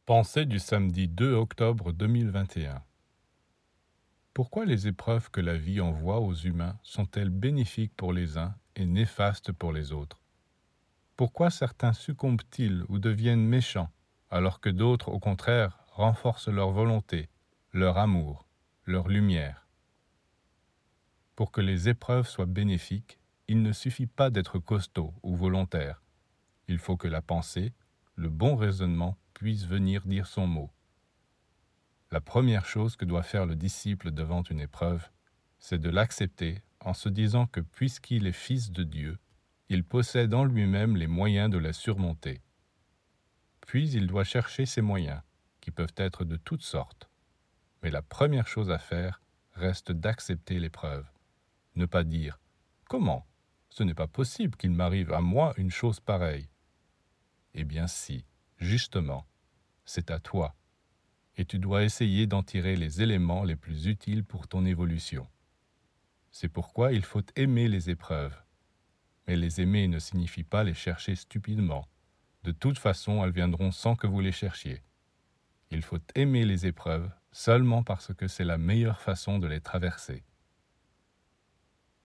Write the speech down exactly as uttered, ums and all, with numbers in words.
Pensée du samedi deux octobre deux mille vingt et un. Pourquoi les épreuves que la vie envoie aux humains sont-elles bénéfiques pour les uns et néfastes pour les autres? Pourquoi certains succombent-ils ou deviennent méchants, alors que d'autres, au contraire, renforcent leur volonté, leur amour, leur lumière? Pour que les épreuves soient bénéfiques, il ne suffit pas d'être costaud ou volontaire. Il faut que la pensée, le bon raisonnement puisse venir dire son mot. La première chose que doit faire le disciple devant une épreuve, c'est de l'accepter en se disant que puisqu'il est fils de Dieu, il possède en lui-même les moyens de la surmonter. Puis il doit chercher ces moyens, qui peuvent être de toutes sortes. Mais la première chose à faire reste d'accepter l'épreuve. Ne pas dire « Comment ? Ce n'est pas possible qu'il m'arrive à moi une chose pareille. » Eh bien si, justement, c'est à toi. Et tu dois essayer d'en tirer les éléments les plus utiles pour ton évolution. C'est pourquoi il faut aimer les épreuves. Mais les aimer ne signifie pas les chercher stupidement. De toute façon, elles viendront sans que vous les cherchiez. Il faut aimer les épreuves seulement parce que c'est la meilleure façon de les traverser.